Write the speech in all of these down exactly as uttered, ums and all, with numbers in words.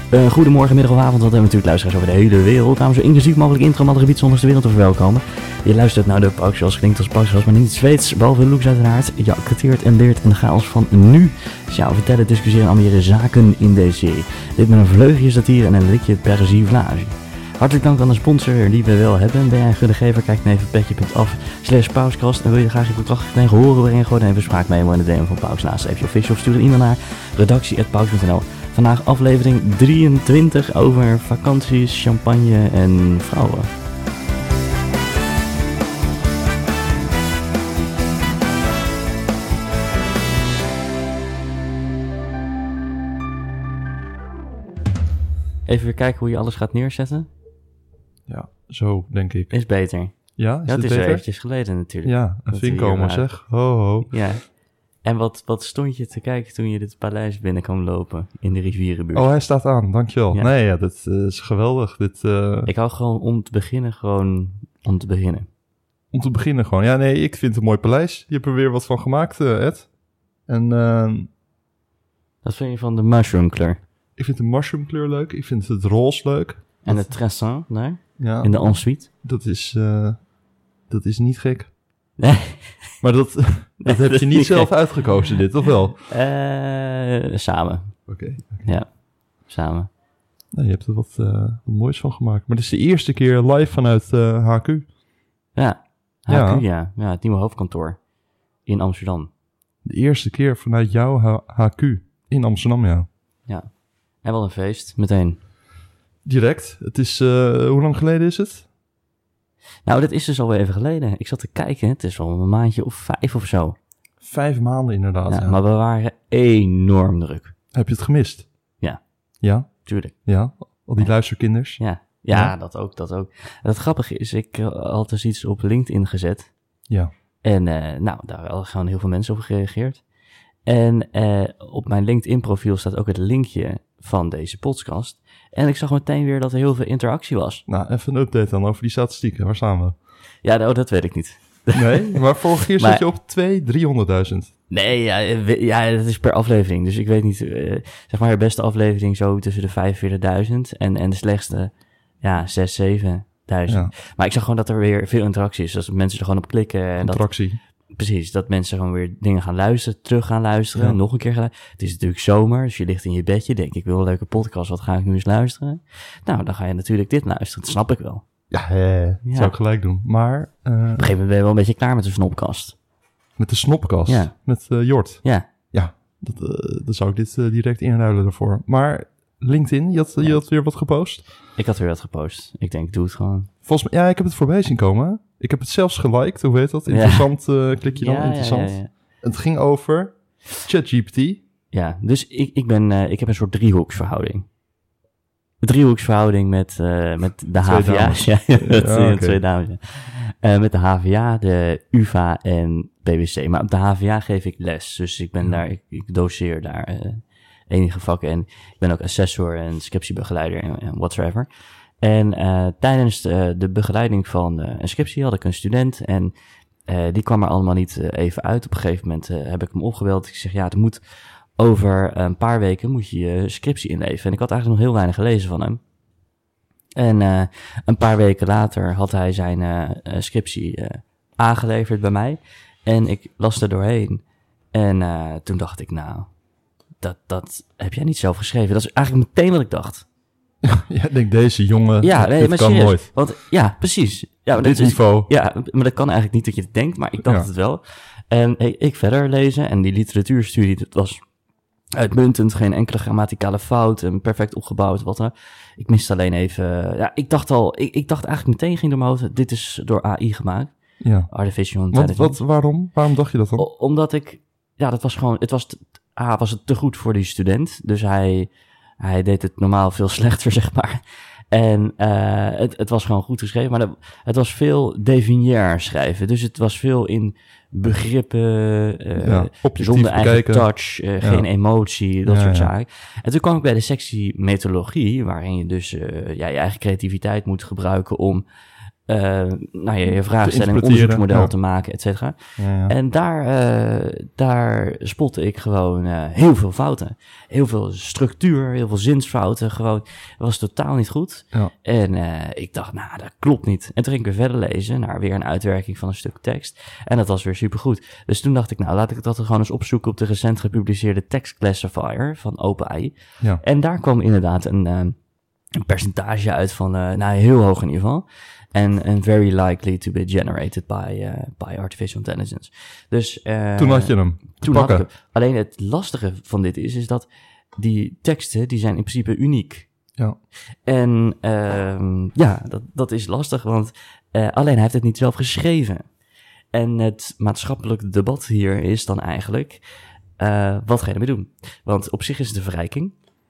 Uh, goedemorgen, middag of avond, want we hebben natuurlijk luisteraars over de hele wereld. Daarom zo inclusief mogelijk intro om alle gebieden zonder de wereld te verwelkomen. Je luistert naar de Pauksjas, klinkt als Pauksjas, maar niet Zweeds. Behalve Lux uiteraard. Je accepteert en leert in de chaos van nu. Ja, we vertellen, discussiëren en amberen zaken in deze serie. Dit met een vleugje satire en een likje persiflage. Hartelijk dank aan de sponsor die we wel hebben. Ben jij een gunnegever? Kijk dan even petje.af slash pauskast. En wil je graag je bedrag tegen horen brengen? Gooi dan even spraak mee in de D M van Pauks naast even official. Of stuur een e-mail naar redactie at pauks punt n l. Vandaag aflevering drieëntwintig over vakanties, champagne en vrouwen. Even weer kijken hoe je alles gaat neerzetten. Ja, zo denk ik. Is beter. Ja, is dat het is beter? er eventjes geleden natuurlijk. Ja, een vinkomer zeg. Ho, ho. Ja. En wat, wat stond je te kijken toen je dit paleis binnen kwam lopen in de rivierenbuurt? Oh, hij staat aan, dankjewel. Ja. Nee, ja, dit uh, is geweldig. Dit, uh... Ik hou gewoon om te beginnen, gewoon om te beginnen. Om te beginnen gewoon. Ja, nee, ik vind het een mooi paleis. Je hebt er weer wat van gemaakt, uh, Ed. En, uh... Wat vind je van de mushroom kleur? Ik vind de mushroom kleur leuk. Ik vind het roze leuk. En het tresson daar? Ja. In de ensuite? Dat is, uh... dat is niet gek. Nee. Maar dat, dat heb je niet zelf uitgekozen, dit, of wel? Uh, samen. Oké. Okay, okay. Ja, samen. Nee, je hebt er wat, uh, wat moois van gemaakt. Maar dit is de eerste keer live vanuit uh, H Q. Ja, H Q, ja. ja. Ja, het nieuwe hoofdkantoor in Amsterdam. De eerste keer vanuit jouw H- HQ in Amsterdam, ja. Ja, en wel een feest, meteen. Direct. Het is, uh, hoe lang geleden is het? Nou, dat is dus alweer even geleden. Ik zat te kijken, het is al een maandje of vijf of zo. Vijf maanden inderdaad, ja, ja. Maar we waren enorm druk. Heb je het gemist? Ja. Ja? Tuurlijk. Ja? Al die ja. luisterkinders? Ja. Ja, ja, dat ook, dat ook. En het grappige is, ik had dus iets op LinkedIn gezet. Ja. En uh, nou, daar hadden gewoon heel veel mensen op gereageerd. En uh, op mijn LinkedIn profiel staat ook het linkje van deze podcast. En ik zag meteen weer dat er heel veel interactie was. Nou, even een update dan over die statistieken. Waar staan we? Ja, nou, dat weet ik niet. Nee, maar vorige keer zat maar, je op twee, driehonderdduizend. Nee, ja, ja, dat is per aflevering. Dus ik weet niet, uh, zeg maar de beste aflevering zo tussen de vijfenveertigduizend en, en de slechtste, ja, zes, zevenduizend. Ja. Maar ik zag gewoon dat er weer veel interactie is. Dus dat mensen er gewoon op klikken. En interactie. Dat, precies, dat mensen gewoon weer dingen gaan luisteren, terug gaan luisteren, ja. nog een keer gaan luisteren. Het is natuurlijk zomer, dus je ligt in je bedje, denk ik wil een leuke podcast, wat ga ik nu eens luisteren? Nou, dan ga je natuurlijk dit luisteren, dat snap ik wel. Ja, eh, ja. zou ik gelijk doen. Maar... Uh, op een gegeven moment ben je wel een beetje klaar met de snopkast. Met de snopkast? Ja. Met uh, Jort? Ja. Ja, dat, uh, dan zou ik dit uh, direct inruilen daarvoor. Maar LinkedIn, je had, ja. je had weer wat gepost? Ik had weer wat gepost. Ik denk, doe het gewoon. Volgens mij, ja, ik heb het voorbij zien komen. Ik heb het zelfs geliked, hoe heet dat? Interessant, ja. uh, klik je dan, ja, interessant. Ja, ja, ja. Het ging over ChatGPT. Ja, dus ik, ik, ben, uh, ik heb een soort driehoeksverhouding. Een driehoeksverhouding met, uh, met de H V A's. Ja, met ja, okay. twee dames. Ja. Uh, met de H V A, de U V A en P W C. Maar op de H V A geef ik les. Dus ik ben ja. daar, ik, ik doseer daar uh, enige vakken. En ik ben ook assessor en scriptiebegeleider en, en whatsoever. En uh, tijdens de, de begeleiding van uh, een scriptie had ik een student. En uh, die kwam er allemaal niet uh, even uit. Op een gegeven moment uh, heb ik hem opgebeld. Ik zeg, ja, het moet... Over een paar weken moet je je scriptie inleveren. En ik had eigenlijk nog heel weinig gelezen van hem. En uh, een paar weken later had hij zijn uh, scriptie uh, aangeleverd bij mij. En ik las er doorheen. En uh, toen dacht ik, nou, dat, dat heb jij niet zelf geschreven. Dat is eigenlijk meteen wat ik dacht. Ja, ik denk deze jongen, ja, nee, dit maar kan serieus, nooit. Want, ja, precies. Ja, dit is, niveau. Ja, maar dat kan eigenlijk niet dat je het denkt, maar ik dacht ja. het wel. En ik, ik verder lezen en die literatuurstudie, dat was... uitmuntend, geen enkele grammaticale fout en perfect opgebouwd, wat dan. Ik miste alleen even... Ja, ik dacht al... Ik, ik dacht eigenlijk meteen ging door mijn hoofd... Dit is door A I gemaakt. Ja. Artificial Intelligence. Wat, wat, waarom? Waarom dacht je dat dan? O, omdat ik... Ja, dat was gewoon... Het was... Te, A, was het te goed voor die student. Dus hij... Hij deed het normaal veel slechter, zeg maar. En uh, het, het was gewoon goed geschreven. Maar de, het was veel definiair schrijven. Dus het was veel in begrippen, uh, ja, zonder eigen bekijken. touch, uh, ja. geen emotie, dat ja, soort ja. zaken. En toen kwam ik bij de sectie methodologie, waarin je dus uh, ja, je eigen creativiteit moet gebruiken om Uh, nou ja, je vraagstelling, onderzoeksmodel ja. te maken, et cetera. Ja, ja. En daar, uh, daar spotte ik gewoon uh, heel veel fouten. Heel veel structuur, heel veel zinsfouten. Gewoon, het was totaal niet goed. Ja. En uh, ik dacht, nou, dat klopt niet. En toen ging ik weer verder lezen naar weer een uitwerking van een stuk tekst. En dat was weer supergoed. Dus toen dacht ik, nou, laat ik dat gewoon eens opzoeken op de recent gepubliceerde text classifier van OpenAI. Ja. En daar kwam inderdaad een, uh, een percentage uit van, uh, nou, heel hoog in ieder geval. En and very likely to be generated by, uh, by artificial intelligence. Dus, uh, toen had je hem Toen had ik hem. Alleen het lastige van dit is, is dat die teksten, die zijn in principe uniek. Ja. En uh, ja, dat, dat is lastig, want uh, alleen hij heeft het niet zelf geschreven. En het maatschappelijk debat hier is dan eigenlijk, uh, wat ga je ermee doen? Want op zich is het een verrijking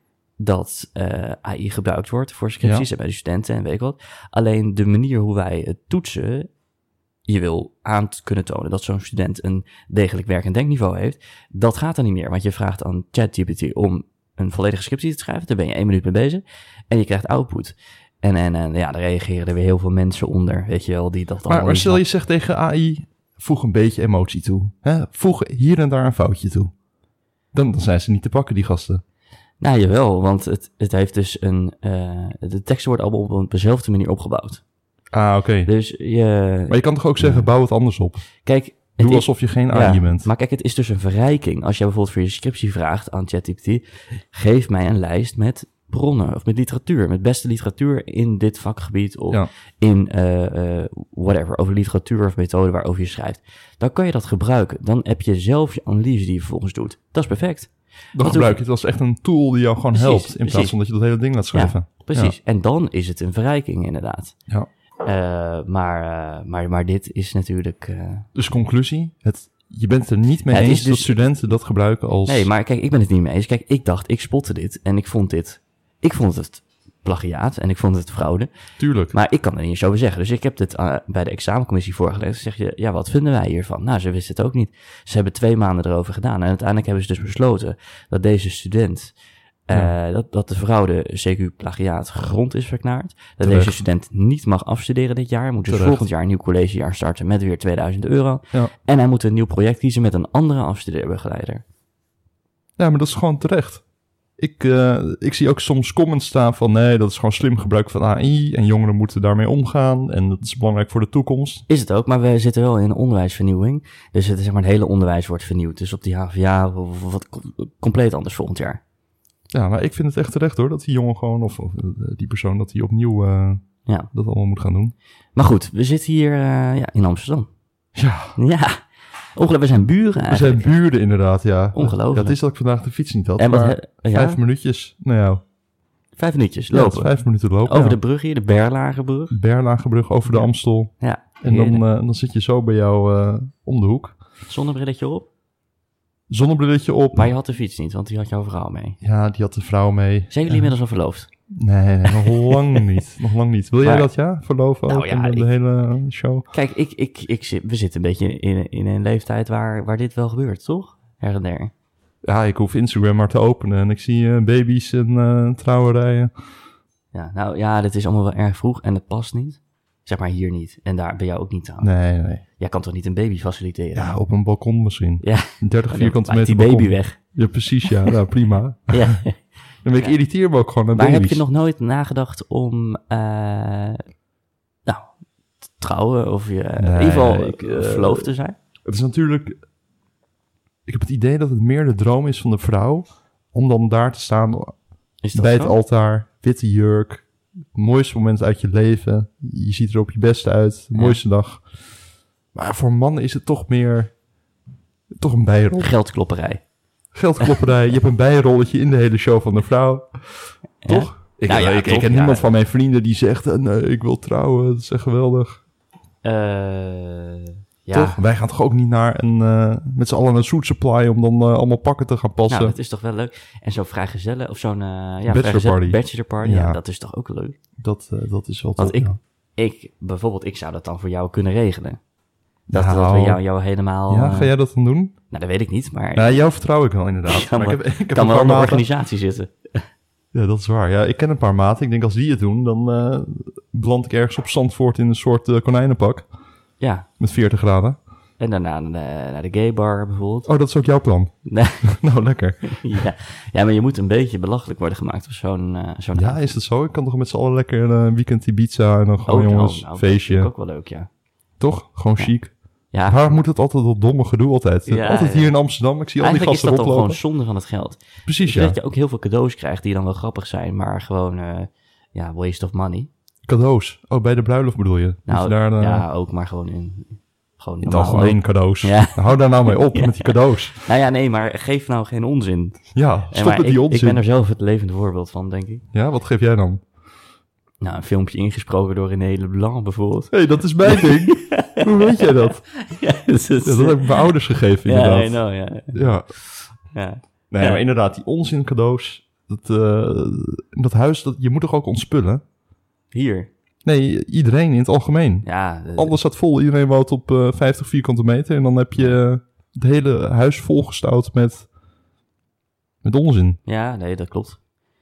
dat uh, A I gebruikt wordt voor scripties ja. en bij de studenten en weet ik wat. Alleen de manier hoe wij het toetsen, je wil aan kunnen tonen dat zo'n student een degelijk werkend denkniveau heeft, dat gaat dan niet meer. Want je vraagt aan ChatGPT om een volledige scriptie te schrijven, daar ben je één minuut mee bezig en je krijgt output. En, en, en ja, daar reageren er weer heel veel mensen onder, weet je wel, die dat allemaal... Maar, maar stel je zegt tegen A I, voeg een beetje emotie toe. Hè? Voeg hier en daar een foutje toe. Dan, dan zijn ze niet te pakken, die gasten. Nou, jawel, want het, het heeft dus een... Uh, de teksten worden allemaal op dezelfde manier opgebouwd. Ah, oké. Okay. Dus je... Maar je kan toch ook zeggen, ja. bouw het anders op? Kijk... Doe het alsof je geen A I ja, bent. Maar kijk, het is dus een verrijking. Als jij bijvoorbeeld voor je scriptie vraagt aan ChatGPT, geef mij een lijst met bronnen of met literatuur, met beste literatuur in dit vakgebied of ja. in uh, uh, whatever, over literatuur of methode waarover je schrijft. Dan kan je dat gebruiken. Dan heb je zelf je analyse die je vervolgens doet. Dat is perfect. Dan Want gebruik je het als echt een tool die jou gewoon precies, helpt, in precies. plaats van dat je dat hele ding laat schrijven. Ja, precies. Ja. En dan is het een verrijking inderdaad. Ja. Uh, maar, uh, maar, maar dit is natuurlijk... Uh... Dus conclusie, het, je bent het er niet mee ja, eens dus... dat studenten dat gebruiken als... Nee, maar kijk, ik ben het niet mee eens. Kijk, ik dacht, ik spotte dit en ik vond dit... Ik vond het plagiaat en ik vond het fraude. Tuurlijk. Maar ik kan er niet eens over zeggen. Dus ik heb dit uh, bij de examencommissie voorgelegd. Dan zeg je, ja, wat vinden wij hiervan? Nou, ze wisten het ook niet. Ze hebben twee maanden erover gedaan. En uiteindelijk hebben ze dus besloten dat deze student... Uh, ja. dat, dat de fraude C Q plagiaat gegrond is verklaard. Dat Terecht. Deze student niet mag afstuderen dit jaar. Moet dus Terecht. volgend jaar een nieuw collegejaar starten met weer tweeduizend euro. Ja. En hij moet een nieuw project kiezen met een andere afstudeerbegeleider. Ja, maar dat is gewoon terecht. Ik, uh, ik zie ook soms comments staan van nee, dat is gewoon slim gebruik van A I en jongeren moeten daarmee omgaan en dat is belangrijk voor de toekomst. Is het ook, maar we zitten wel in een onderwijsvernieuwing. Dus het, zeg maar, het hele onderwijs wordt vernieuwd. Dus op die H V A wat compleet anders volgend jaar. Ja, maar ik vind het echt terecht hoor, dat die jongen gewoon, of, of die persoon, dat hij opnieuw uh, ja. dat allemaal moet gaan doen. Maar goed, we zitten hier uh, ja, in Amsterdam. Ja. Ja. Ongelooflijk, we zijn buren eigenlijk. We zijn buren inderdaad, ja. Ongelooflijk. Ja, het is dat ik vandaag de fiets niet had, en wat, maar ja? vijf minuutjes, nou ja. Vijf minuutjes lopen? Ja, vijf minuten lopen, Over ja. de brug hier, de Berlagebrug. Berlagebrug, over de Amstel. Ja. En dan, uh, dan zit je zo bij jou uh, om de hoek. Zonnebrilletje op? Zonnebrilletje op. Maar je had de fiets niet, want die had jouw vrouw mee. Ja, die had de vrouw mee. Zijn jullie uh, inmiddels al verloofd? Nee, nee, nog lang niet. Nog lang niet. Wil maar, jij dat, ja? Verloven nou, ook ja, in de ik, hele show? Kijk, ik, ik, ik zit, we zitten een beetje in, in een leeftijd waar, waar dit wel gebeurt, toch? Her en der. Ja, ik hoef Instagram maar te openen en ik zie uh, baby's en uh, trouwerijen. Ja, nou ja, dit is allemaal wel erg vroeg en het past niet. Zeg maar hier niet. En daar ben jij ook niet trouwens. Nee, nee. Jij kan toch niet een baby faciliteren? Ja, op een balkon misschien. Ja. dertig vierkante meter die balkon. baby weg. Ja, precies, ja. Nou, prima. Ja. Dan ben ik ja. irriteer me ook gewoon aan maar baby's. Maar heb je nog nooit nagedacht om, uh, nou, te trouwen of je nee, in ieder geval ik, uh, verloofd te zijn? Het is natuurlijk... Ik heb het idee dat het meer de droom is van de vrouw om dan daar te staan bij zo? het altaar, witte jurk, het mooiste moment uit je leven. Je ziet er op je best uit, de mooiste ja. dag. Maar voor mannen is het toch meer, toch een bijrol. Geldklopperij. Geldklopperij. Je hebt een bijrolletje in de hele show van de vrouw. Ja. Toch? Ik, nou ja, ik, ik, ik ken ja. niemand van mijn vrienden die zegt, nee, ik wil trouwen. Dat is echt geweldig. Uh, ja. Toch? Wij gaan toch ook niet naar een, uh, met z'n allen een Suit Supply om dan uh, allemaal pakken te gaan passen. Nou, dat is toch wel leuk. En zo'n vrijgezellen of zo'n uh, ja, bachelor party. Bachelor party. Ja. Ja, dat is toch ook leuk. Dat, uh, dat is wel Want top, ik, ja. ik, bijvoorbeeld, ik zou dat dan voor jou kunnen regelen. Dat, nou, dat we jou, jou helemaal... Ja, ga jij dat dan doen? Nou, dat weet ik niet, maar... Ja, jou vertrouw ik wel inderdaad. Ik kan maar wel, ik heb, ik heb kan wel in de maten. organisatie zitten. Ja, dat is waar. Ja, ik ken een paar maten. Ik denk als die het doen, dan uh, beland ik ergens op Zandvoort in een soort uh, konijnenpak. Ja. Met veertig graden. En daarna uh, naar de gay bar bijvoorbeeld. Oh, dat is ook jouw plan? Nee. Nou, lekker. ja. ja, maar je moet een beetje belachelijk worden gemaakt op zo'n... Uh, zo'n ja, is dat zo? Ik kan toch met z'n allen lekker een uh, weekend Ibiza en dan gewoon, oh, jongens, oh, nou, feestje. Dat vind ik ook wel leuk, ja. Toch? Gewoon ja. chic. Ja. Waar moet het altijd dat domme gedoe altijd? Ja, altijd hier ja. in Amsterdam. Ik zie al die gasten rondlopen. Eigenlijk is dat gewoon zonde van het geld. Precies, ja. Dat je ook heel veel cadeaus krijgt die dan wel grappig zijn, maar gewoon, uh, ja, waste of money. Cadeaus? Oh, bij de bruiloft bedoel je? Nou, je daar, uh, ja, ook, maar gewoon in... Gewoon in het algemeen cadeaus. Ja. Hou daar nou mee op ja. met die cadeaus. Nou ja, nee, maar geef nou geen onzin. Ja, stop met die ik, onzin. Ik ben er zelf het levende voorbeeld van, denk ik. Ja, wat geef jij dan? Nou, een filmpje ingesproken door René Leblanc bijvoorbeeld. Hé, hey, dat is mijn ding. Hoe weet jij dat? Ja, dus is, ja, dat heb ik mijn ouders gegeven, inderdaad. Ja, I know, ja. Ja. ja. Nee, ja. maar inderdaad, die onzin cadeaus. Dat, uh, dat huis, dat, je moet toch ook ontspullen? Hier? Nee, iedereen in het algemeen. Ja. De, Alles staat vol. Iedereen woont op uh, vijftig vierkante meter. En dan heb je uh, het hele huis volgestouwd met, met onzin. Ja, nee, dat klopt.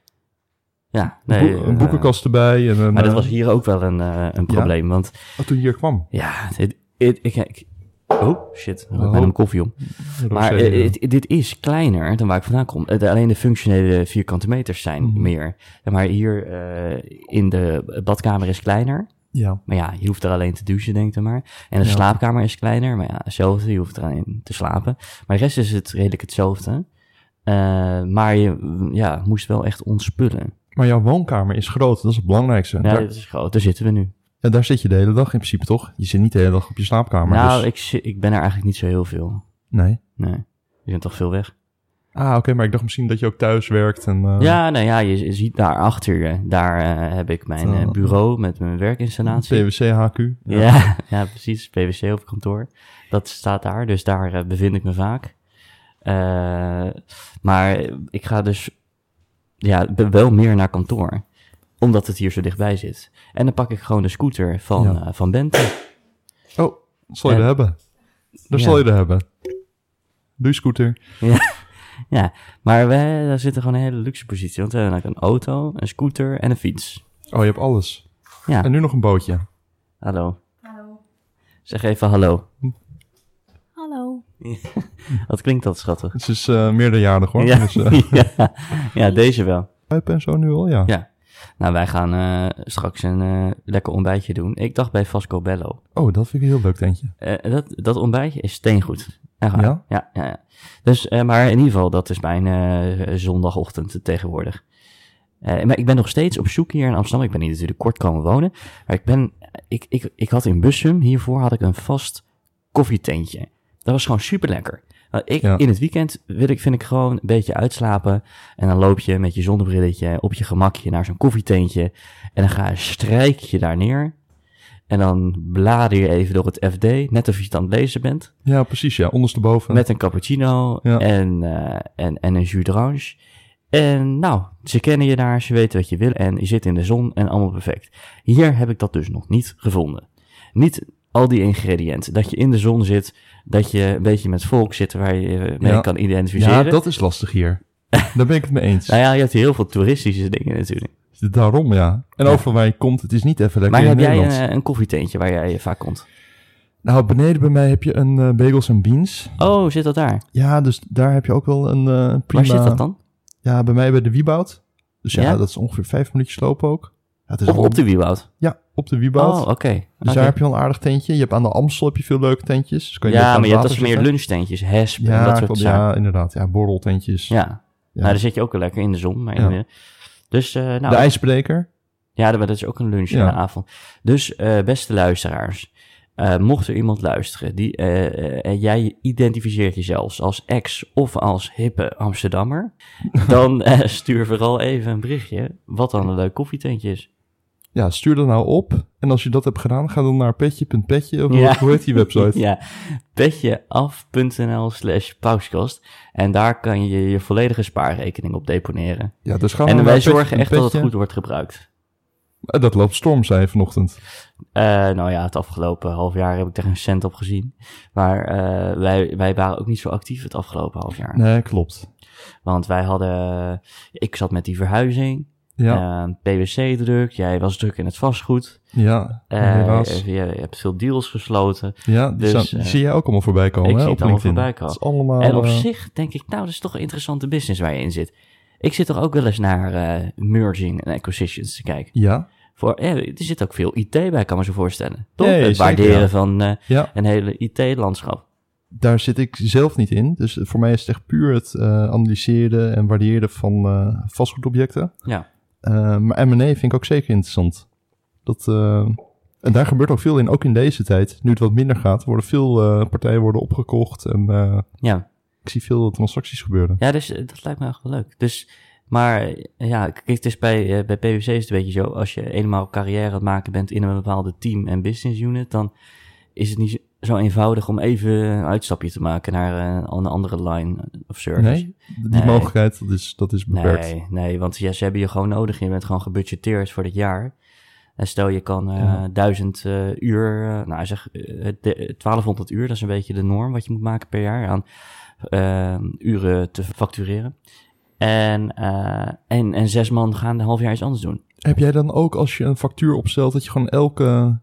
Ja, nee, Bo- een boekenkast uh, erbij. En een, maar dat was hier ook wel een, uh, een probleem, ja? want... Oh, toen je hier kwam? Ja, het, het, ik, ik... Oh, shit. Ik ben mijn koffie om. Maar uh, het, dit is kleiner dan waar ik vandaan kom. Uh, alleen de functionele vierkante meters zijn mm-hmm. meer. Maar hier uh, in de badkamer is kleiner. Ja. Maar ja, je hoeft er alleen te douchen, denk ik maar. En de ja. slaapkamer is kleiner. Maar ja, hetzelfde. Je hoeft er alleen te slapen. Maar de rest is het redelijk hetzelfde. Uh, maar je ja, moest wel echt ontspullen. Maar jouw woonkamer is groot, dat is het belangrijkste. Ja, daar... dit is groot, daar zitten we nu. Ja, daar zit je de hele dag in principe, toch? Je zit niet de hele dag op je slaapkamer. Nou, dus... ik, ik ben er eigenlijk niet zo heel veel. Nee? Nee, je bent toch veel weg. Ah, oké, okay, maar ik dacht misschien dat je ook thuis werkt en... Uh... Ja, nou ja, je, je ziet daar achter je, daar uh, heb ik mijn uh, bureau met mijn werkinstallatie. P W C H Q. Ja, ja, ja precies, P W C op kantoor. Dat staat daar, dus daar uh, bevind ik me vaak. Uh, maar ik ga dus... Ja, wel meer naar kantoor. Omdat het hier zo dichtbij zit. En dan pak ik gewoon de scooter van, ja. uh, van Bente. Oh, zal je en, er hebben. Daar ja. zal je er hebben. Doei scooter. Ja, ja. Maar wij, daar zit er gewoon een hele luxe positie. Want we hebben een auto, een scooter en een fiets. Oh, je hebt alles. Ja. En nu nog een bootje. Hallo. Hallo. Zeg even hallo. Hallo. Wat klinkt dat schattig? Het is uh, meerderjarig hoor. Ja, dus, uh... ja. ja, deze wel. En zo nu al, ja. Ja. Nou, wij gaan uh, straks een uh, lekker ontbijtje doen. Ik dacht bij Vasco Bello. Oh, dat vind ik een heel leuk tentje. Uh, dat, dat ontbijtje is steengoed. Echt waar. Ja? Ja, ja, ja. Dus, uh, maar in ieder geval, dat is mijn uh, zondagochtend tegenwoordig. Uh, maar ik ben nog steeds op zoek hier in Amsterdam. Ik ben hier natuurlijk kort komen wonen. Maar ik ben, ik, ik, ik had in Bussum, hiervoor had ik een vast koffietentje. Dat was gewoon super lekker. Ik, ja. In het weekend wil ik, vind ik gewoon een beetje uitslapen. En dan loop je met je zonnebrilletje op je gemakje naar zo'n koffietentje. En dan ga je, strijk je daar neer. En dan blader je even door het F D. Net of je het aan het lezen bent. Ja, precies. Ja, ondersteboven. Met een cappuccino ja. en, uh, en, en een jus d'orange. En nou, ze kennen je daar, ze weten wat je wil. En je zit in de zon en allemaal perfect. Hier heb ik dat dus nog niet gevonden. Niet al die ingrediënten. Dat je in de zon zit, dat je een beetje met volk zit waar je mee ja. kan identificeren. Ja, dat is lastig hier. Daar ben ik het mee eens. Nou ja, je hebt hier heel veel toeristische dingen natuurlijk. Daarom, ja. En ja. overal waar je komt, het is niet even lekker maar in Nederland. Maar heb jij een, een koffietentje waar jij vaak komt? Nou, beneden bij mij heb je een uh, bagels en beans. Oh, zit dat daar? Ja, dus daar heb je ook wel een uh, prima... Waar zit dat dan? Ja, bij mij bij de Wieboud. Dus ja, ja? dat is ongeveer vijf minuutjes lopen ook. Ja, het is op, op de Wieboud? Ja, op de Wieboud. Oh, oké. Okay. Dus okay. daar heb je wel een aardig tentje. Je hebt aan de Amstel heb je veel leuke tentjes. Dus kan je ja, maar je hebt dat meer lunchtentjes, hesp ja, en dat soort klopt, zaken. Ja, inderdaad. Ja, borreltentjes. Ja. ja, nou daar zit je ook wel lekker in de zon. Maar ja. Dus, uh, nou, de ijsbreker. Ja, dat is ook een lunch ja. in de avond. Dus uh, beste luisteraars, uh, mocht er iemand luisteren die uh, uh, en jij identificeert jezelf als ex of als hippe Amsterdammer, dan uh, stuur vooral even een berichtje wat dan een leuk koffietentje is. Ja, stuur dat nou op. En als je dat hebt gedaan, ga dan naar petje punt petje. Of ja. hoe heet die website? Ja, petjeaf.nl slash pauskast. En daar kan je je volledige spaarrekening op deponeren. Ja, dus gaan we en wij zorgen petje, echt petje. dat het goed wordt gebruikt. Dat loopt storm, zei je vanochtend. Uh, nou ja, het afgelopen half jaar heb ik er een cent op gezien. Maar uh, wij, wij waren ook niet zo actief het afgelopen half jaar. Nee, klopt. Want wij hadden... Ik zat met die verhuizing. Ja. Uh, P W C druk. Jij was druk in het vastgoed. Ja, uh, helaas. Je, je hebt veel deals gesloten. Ja, die, dus, staan, die uh, zie jij ook allemaal voorbij komen. Ik hè, zie op het allemaal voorbij komen. Allemaal, en op uh... zich denk ik, nou, dat is toch een interessante business waar je in zit. Ik zit toch ook wel eens naar uh, merging en acquisitions te kijken. Ja. Voor, ja, er zit ook veel I T bij, kan me zo voorstellen. Toch? Ja, ja, het zeker, waarderen ja. van uh, ja. een hele I T-landschap. Daar zit ik zelf niet in. Dus voor mij is het echt puur het uh, analyseren en waarderen van uh, vastgoedobjecten. Ja. Uh, maar M en A vind ik ook zeker interessant. Dat, uh, en daar gebeurt ook veel in, ook in deze tijd. Nu het wat minder gaat, worden veel uh, partijen worden opgekocht. En uh, ja. ik zie veel transacties gebeuren. Ja, dus dat lijkt me echt wel leuk. Dus, maar ja, kijk, het is bij, uh, bij P W C is het een beetje zo. Als je eenmaal carrière aan het maken bent in een bepaalde team en business unit, dan is het niet zo eenvoudig om even een uitstapje te maken naar uh, een andere line of service. Nee, die nee. mogelijkheid, dat is, dat is beperkt. Nee, nee, want ja, ze hebben je gewoon nodig. Je bent gewoon gebudgeteerd voor dit jaar. En stel je kan uh, ja. duizend uh, uur, uh, nou zeg uh, de, twaalfhonderd uur, dat is een beetje de norm wat je moet maken per jaar aan uh, uren te factureren. En, uh, en, en zes man gaan een half jaar iets anders doen. Heb jij dan ook, als je een factuur opstelt, dat je gewoon elke,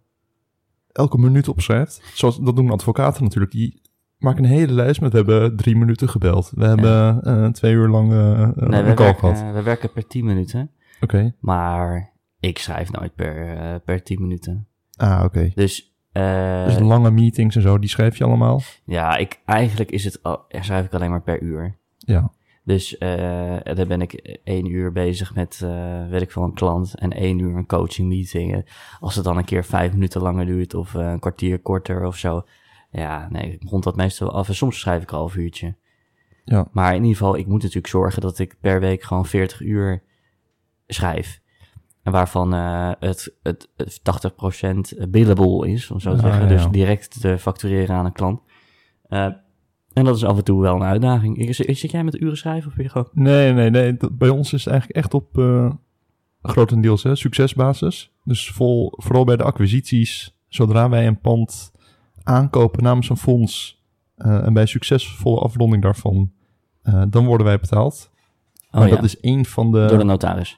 elke minuut opschrijft? Zoals, dat doen advocaten natuurlijk. Die maken een hele lijst met, we hebben drie minuten gebeld. We hebben ja. uh, twee uur lang uh, nee, een call gehad. Uh, we werken per tien minuten. Oké. Okay. Maar ik schrijf nooit per, uh, per tien minuten. Ah, oké. Okay. Dus... Uh, dus lange meetings en zo, die schrijf je allemaal? Ja, ik, eigenlijk is het al, schrijf ik alleen maar per uur. Ja. Dus uh, daar ben ik één uur bezig met, uh, weet ik veel, een klant en één uur een coaching meeting. Als het dan een keer vijf minuten langer duurt of uh, een kwartier korter of zo. Ja, nee, ik rond dat meestal af. En soms schrijf ik een half uurtje. Ja. Maar in ieder geval, ik moet natuurlijk zorgen dat ik per week gewoon veertig uur schrijf. En waarvan uh, het, het, het tachtig procent billable is, om zo te ah, zeggen. Ja, dus ja. direct te factureren aan een klant. Uh, en dat is af en toe wel een uitdaging. Zit jij met uren schrijven of ben je gewoon... Nee, nee, nee. Dat, bij ons is het eigenlijk echt op uh, grotendeels hè, succesbasis. Dus vol, vooral bij de acquisities. Zodra wij een pand aankopen namens een fonds uh, en bij succesvolle afronding daarvan, uh, dan worden wij betaald. Oh, maar ja. dat is één van de... Door de notaris.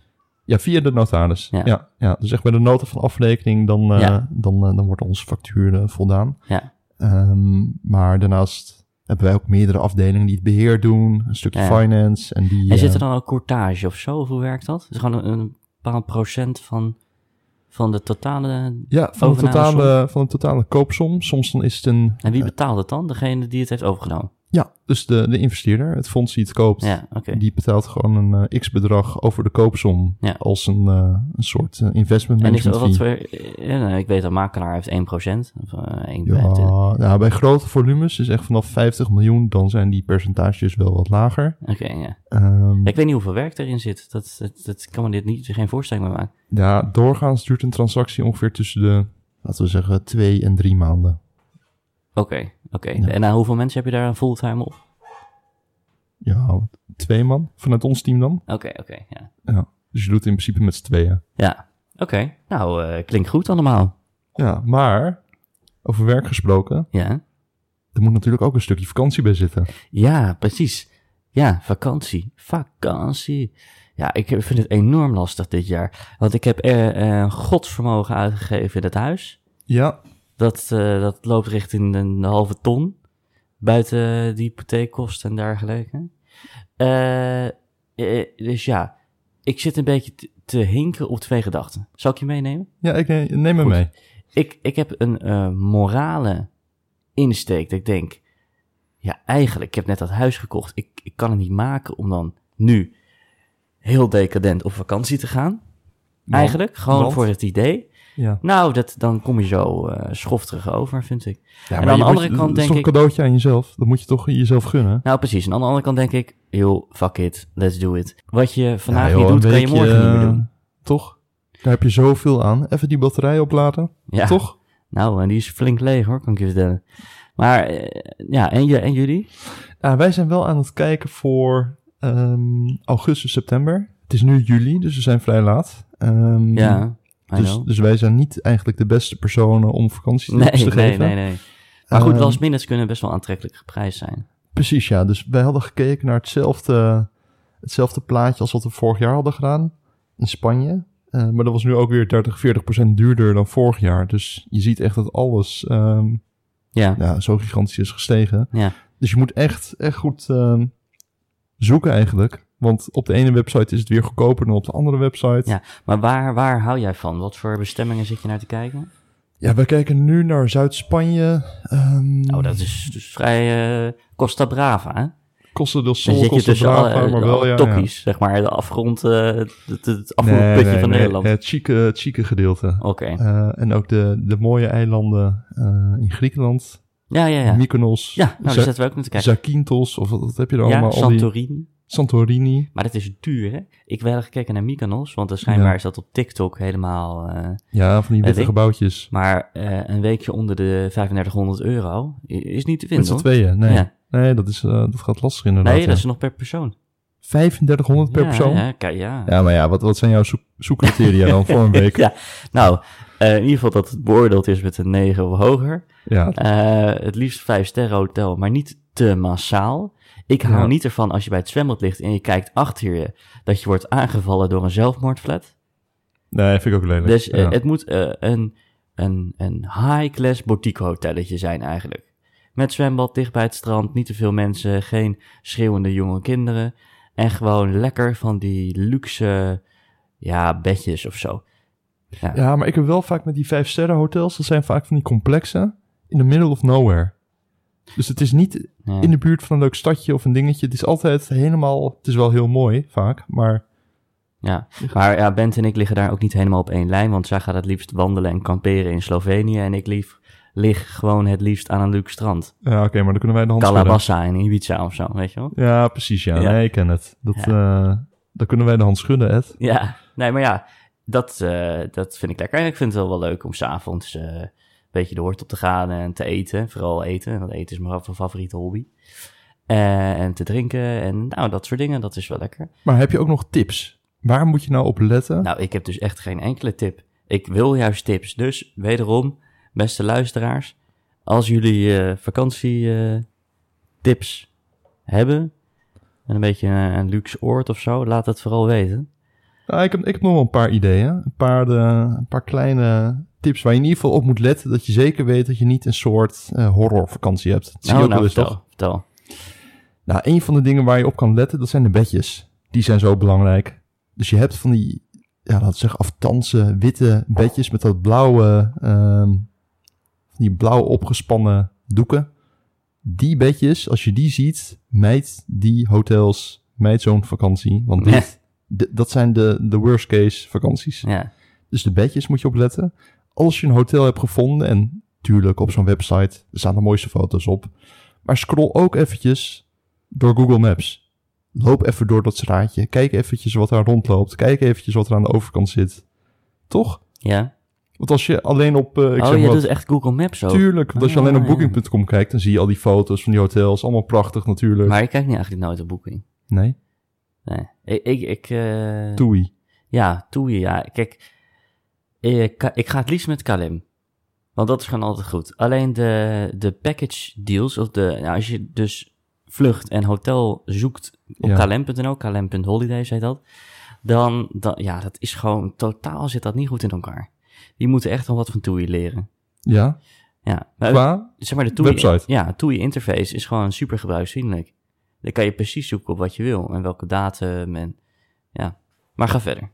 Ja, via de notaris. Ja. Ja, ja. Dus echt bij de nota van afrekening, dan, uh, ja. dan, uh, dan wordt onze factuur uh, voldaan. Ja. Um, maar daarnaast hebben wij ook meerdere afdelingen die het beheer doen. Een stukje ja. finance. En, die, en zit er dan ook courtage of zo? Of hoe werkt dat? Is gewoon een, een bepaald procent van, van de totale Ja, van de totale, van de totale koopsom. Soms dan is het een... En wie betaalt het dan? Degene die het heeft overgenomen? Ja, dus de, de investeerder, het fonds die het koopt, ja, okay. die betaalt gewoon een uh, x-bedrag over de koopsom ja. als een, uh, een soort uh, investment management en is dat wat voor, ja, ik weet dat makelaar heeft één procent. Of, uh, één ja, nou, bij grote volumes, dus echt vanaf vijftig miljoen, dan zijn die percentages wel wat lager. Oké, okay, ja. Um, ja. Ik weet niet hoeveel werk erin zit. Dat, dat, dat kan me dit niet, geen voorstelling meer maken. Ja, doorgaans duurt een transactie ongeveer tussen de, laten we zeggen, twee en drie maanden. Oké, okay, oké. Okay. Ja. En uh, hoeveel mensen heb je daar fulltime op? Ja, twee man vanuit ons team dan. Oké, okay, oké, okay, ja. ja. Dus je doet het in principe met z'n tweeën. Ja, oké. Okay. Nou, uh, klinkt goed allemaal. Ja, maar over werk gesproken. Ja. Er moet natuurlijk ook een stukje vakantie bij zitten. Ja, precies. Ja, vakantie. Vakantie. Ja, ik vind het enorm lastig dit jaar. Want ik heb er uh, godsvermogen uitgegeven in het huis. Ja. Dat, uh, dat loopt richting de, de halve ton. Buiten de hypotheekkosten en dergelijke. Uh, dus ja, ik zit een beetje te, te hinken op twee gedachten. Zal ik je meenemen? Ja, ik neem, neem me Goed. mee. Ik, ik heb een uh, morale insteek. Dat ik denk, ja eigenlijk, ik heb net dat huis gekocht. Ik, ik kan het niet maken om dan nu heel decadent op vakantie te gaan. Want, eigenlijk, gewoon want? voor het idee. Ja. Nou, dat, dan kom je zo uh, schofterig over, vind ik. Ja, en aan de andere moet, kant denk ik... Dat is toch een cadeautje aan jezelf? Dat moet je toch jezelf gunnen? Nou, precies. En aan de andere kant denk ik... Joh, fuck it, let's do it. Wat je vandaag ja, joh, niet doet, kan je morgen uh, niet meer doen. Toch? Daar heb je zoveel aan. Even die batterij opladen. Ja. Toch? Nou, en die is flink leeg hoor, kan ik je vertellen. Maar, uh, ja, en, je, en jullie? Uh, wij zijn wel aan het kijken voor um, augustus, september. Het is nu juli, dus we zijn vrij laat. Um, ja. Dus, dus wij zijn niet eigenlijk de beste personen om vakantie nee, te nee, geven. Nee, nee, nee. Maar goed, last minutes kunnen best wel aantrekkelijk geprijsd zijn. Precies, ja. Dus wij hadden gekeken naar hetzelfde, hetzelfde plaatje als wat we vorig jaar hadden gedaan in Spanje. Uh, maar dat was nu ook weer dertig, veertig procent duurder dan vorig jaar. Dus je ziet echt dat alles um, ja. Ja, zo gigantisch is gestegen. Ja. Dus je moet echt, echt goed um, zoeken eigenlijk. Want op de ene website is het weer goedkoper dan op de andere website. Ja, maar waar, waar hou jij van? Wat voor bestemmingen zit je naar te kijken? Ja, wij kijken nu naar Zuid-Spanje. Um, oh, dat is dus vrij uh, Costa Brava, hè? Costa del Sol, Costa Brava, al, uh, maar wel, ja. Tokkies, ja. zeg maar, de afgrond, uh, het, het afgrondputje nee, nee, van nee, Nederland. Het chique, het chique gedeelte. Oké. Okay. Uh, en ook de, de mooie eilanden uh, in Griekenland. Ja, ja, ja. Mykonos. Ja, nou, daar zitten we ook naar te kijken. Zakynthos, of wat, wat heb je er ja, allemaal? Santorini. Al die... Santorini. Maar dat is duur, hè? Ik heb wel gekeken naar Mykonos, want schijnbaar ja. is dat op TikTok helemaal... Uh, ja, van die witte gebouwtjes. Maar uh, een weekje onder de vijfendertighonderd euro is niet te vinden, Met z'n tweeën, nee. Ja. Nee, dat, is, uh, dat gaat lastig inderdaad. Nee, dat ja. is nog per persoon. vijfendertighonderd per ja, persoon? Ja, kijk, ja. Ja, maar ja, wat, wat zijn jouw zoek, zoekcriteria dan voor een week? Ja, nou, uh, in ieder geval dat het beoordeeld is met een negen of hoger. Ja. Uh, het liefst vijf sterren hotel, maar niet te massaal. Ik hou ja. niet ervan als je bij het zwembad ligt en je kijkt achter je dat je wordt aangevallen door een zelfmoordflat. Nee, vind ik ook lelijk. Dus uh, ja. het moet uh, een, een, een high-class boutique hotelletje zijn eigenlijk. Met zwembad dicht bij het strand, niet te veel mensen, geen schreeuwende jonge kinderen. En gewoon lekker van die luxe ja, bedjes of zo. Ja. ja, maar ik heb wel vaak met die vijf sterren hotels, dat zijn vaak van die complexen in the middle of nowhere. Dus het is niet ja. in de buurt van een leuk stadje of een dingetje. Het is altijd helemaal... Het is wel heel mooi, vaak, maar... Ja, maar ja, Bent en ik liggen daar ook niet helemaal op één lijn. Want zij gaat het liefst wandelen en kamperen in Slovenië. En ik lief, lig gewoon het liefst aan een leuk strand. Ja, oké, okay, maar dan kunnen wij de hand Calabassa schudden. in Ibiza of zo, weet je wel? Ja, precies, ja. ja. Nee, ik ken het. Dat, ja. uh, dan kunnen wij de hand schudden, Ed. Ja, nee, maar ja, dat, uh, dat vind ik lekker. En ik vind het wel wel leuk om 's avonds... Uh, een beetje de hoort op te gaan en te eten. Vooral eten, want eten is mijn favoriete hobby. Uh, en te drinken en nou, dat soort dingen, dat is wel lekker. Maar heb je ook nog tips? Waar moet je nou op letten? Nou, ik heb dus echt geen enkele tip. Ik wil juist tips. Dus wederom, beste luisteraars, als jullie uh, vakantietips uh, hebben en een beetje een, een luxe oord of zo, laat het vooral weten. Nou, ik, heb, ik heb nog wel een paar ideeën. Een paar, de, een paar kleine tips waar je in ieder geval op moet letten, dat je zeker weet dat je niet een soort uh, horrorvakantie hebt. Dat zie nou, je ook nou, wel eens, vertel, toch? vertel. Nou, een van de dingen waar je op kan letten, dat zijn de bedjes. Die zijn zo belangrijk. Dus je hebt van die, ja, laten we zeggen, aftanse witte bedjes met dat blauwe, um, die blauw opgespannen doeken. Die bedjes, als je die ziet, mijd die hotels, mijd zo'n vakantie. Want dit, nee. d- dat zijn de, de worst case vakanties. Ja. Dus de bedjes moet je opletten. Als je een hotel hebt gevonden, en tuurlijk op zo'n website, er staan de mooiste foto's op. Maar scroll ook eventjes door Google Maps. Loop even door dat straatje. Kijk eventjes wat daar rondloopt. Kijk eventjes wat er aan de overkant zit. Toch? Ja. Want als je alleen op... Uh, ik oh, zeg je wat, doet echt Google Maps ook? Tuurlijk. Want als je ah, alleen op ja. booking punt com kijkt, dan zie je al die foto's van die hotels. Allemaal prachtig natuurlijk. Maar ik kijk niet eigenlijk nooit op Booking. Nee? Nee. Ik... ik, ik uh... Toei. Ja, Toei, ja. Kijk, ik, ik ga het liefst met K L M. Want dat is gewoon altijd goed. Alleen de, de package deals, of de, nou, als je dus vlucht en hotel zoekt op ja. K L M punt n l, K L M punt holidays heet dat, dan, dan, ja, dat is gewoon, totaal zit dat niet goed in elkaar. Die moeten echt wel wat van Toei leren. Ja? Ja. Maar, Qua zeg maar de Toei, website? Ja, Toei interface is gewoon super gebruiksvriendelijk. Dan kan je precies zoeken op wat je wil en welke datum en, ja. Maar ga verder.